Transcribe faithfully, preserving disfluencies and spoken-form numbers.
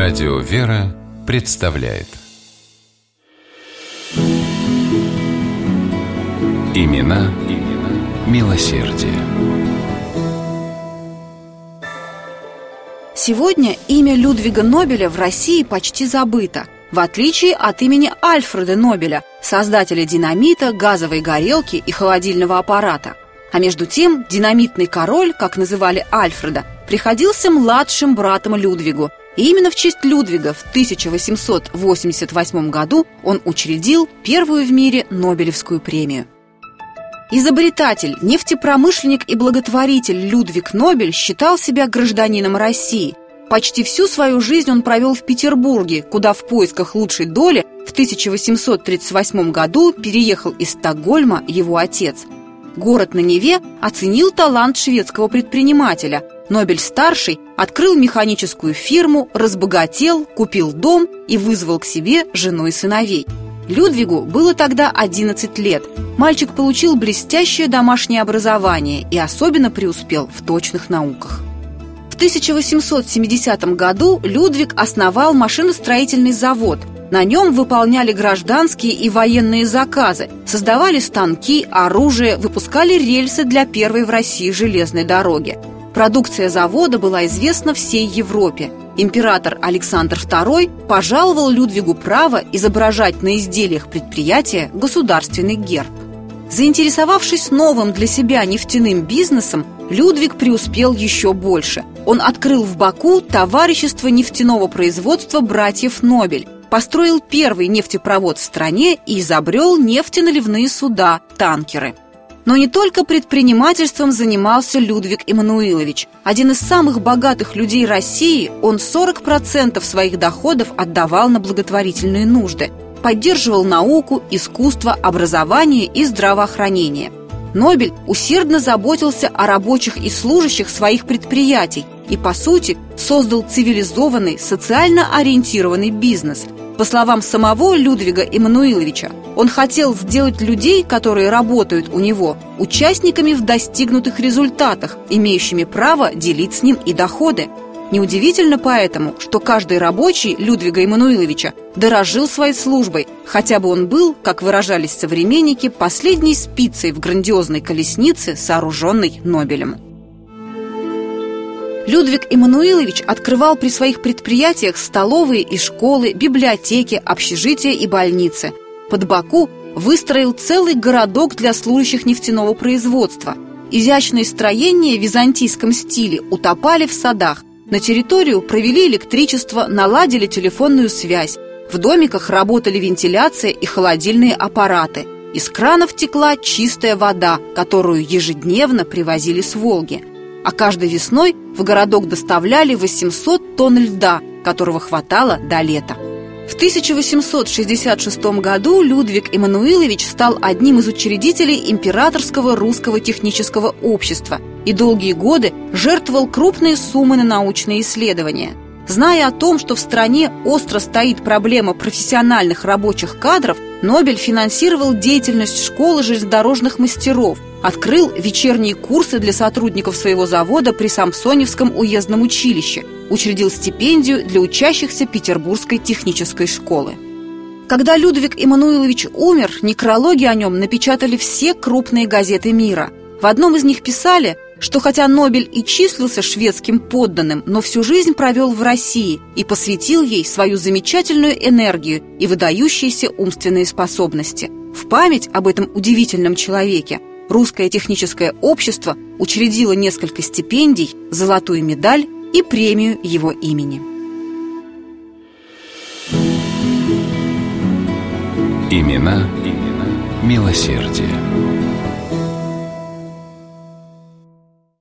Радио «Вера» представляет Имена, имена милосердия. Сегодня имя Людвига Нобеля в России почти забыто, в отличие от имени Альфреда Нобеля, создателя динамита, газовой горелки и холодильного аппарата. А между тем динамитный король, как называли Альфреда, приходился младшим братом Людвигу. И именно в честь Людвига в тысяча восемьсот восемьдесят восьмом году он учредил первую в мире Нобелевскую премию. Изобретатель, нефтепромышленник и благотворитель Людвиг Нобель считал себя гражданином России. Почти всю свою жизнь он провел в Петербурге, куда в поисках лучшей доли в тысяча восемьсот тридцать восьмом году переехал из Стокгольма его отец. Город на Неве оценил талант шведского предпринимателя. Нобель-старший открыл механическую фирму, разбогател, купил дом и вызвал к себе жену и сыновей. Людвигу было тогда одиннадцать лет. Мальчик получил блестящее домашнее образование и особенно преуспел в точных науках. В тысяча восемьсот семидесятом году Людвиг основал машиностроительный завод. На нем выполняли гражданские и военные заказы, создавали станки, оружие, выпускали рельсы для первой в России железной дороги. Продукция завода была известна всей Европе. Император Александр второй пожаловал Людвигу право изображать на изделиях предприятия государственный герб. Заинтересовавшись новым для себя нефтяным бизнесом, Людвиг преуспел еще больше. Он открыл в Баку товарищество нефтяного производства братьев Нобель, построил первый нефтепровод в стране и изобрел нефтеналивные суда – танкеры. Но не только предпринимательством занимался Людвиг Эммануилович. Один из самых богатых людей России, он сорок процентов своих доходов отдавал на благотворительные нужды, поддерживал науку, искусство, образование и здравоохранение. Нобель усердно заботился о рабочих и служащих своих предприятий и, по сути, создал цивилизованный, социально ориентированный бизнес. По словам самого Людвига Эммануиловича, он хотел сделать людей, которые работают у него, участниками в достигнутых результатах, имеющими право делить с ним и доходы. Неудивительно поэтому, что каждый рабочий Людвига Эммануиловича дорожил своей службой, хотя бы он был, как выражались современники, последней спицей в грандиозной колеснице, сооруженной Нобелем. Людвиг Эммануилович открывал при своих предприятиях столовые и школы, библиотеки, общежития и больницы. Под Баку выстроил целый городок для служащих нефтяного производства. Изящные строения в византийском стиле утопали в садах. На территорию провели электричество, наладили телефонную связь. В домиках работали вентиляция и холодильные аппараты. Из кранов текла чистая вода, которую ежедневно привозили с Волги. А каждой весной в городок доставляли восемьсот тонн льда, которого хватало до лета. В тысяча восемьсот шестьдесят шестом году Людвиг Эммануилович стал одним из учредителей Императорского русского технического общества и долгие годы жертвовал крупные суммы на научные исследования. Зная о том, что в стране остро стоит проблема профессиональных рабочих кадров, Нобель финансировал деятельность школы железнодорожных мастеров, открыл вечерние курсы для сотрудников своего завода при Самсоневском уездном училище, учредил стипендию для учащихся Петербургской технической школы. Когда Людвиг Эммануилович умер, некрологи о нем напечатали все крупные газеты мира. В одном из них писали, что хотя Нобель и числился шведским подданным, но всю жизнь провел в России и посвятил ей свою замечательную энергию и выдающиеся умственные способности. В память об этом удивительном человеке Русское техническое общество учредило несколько стипендий, золотую медаль и премию его имени. Имена, имена милосердия.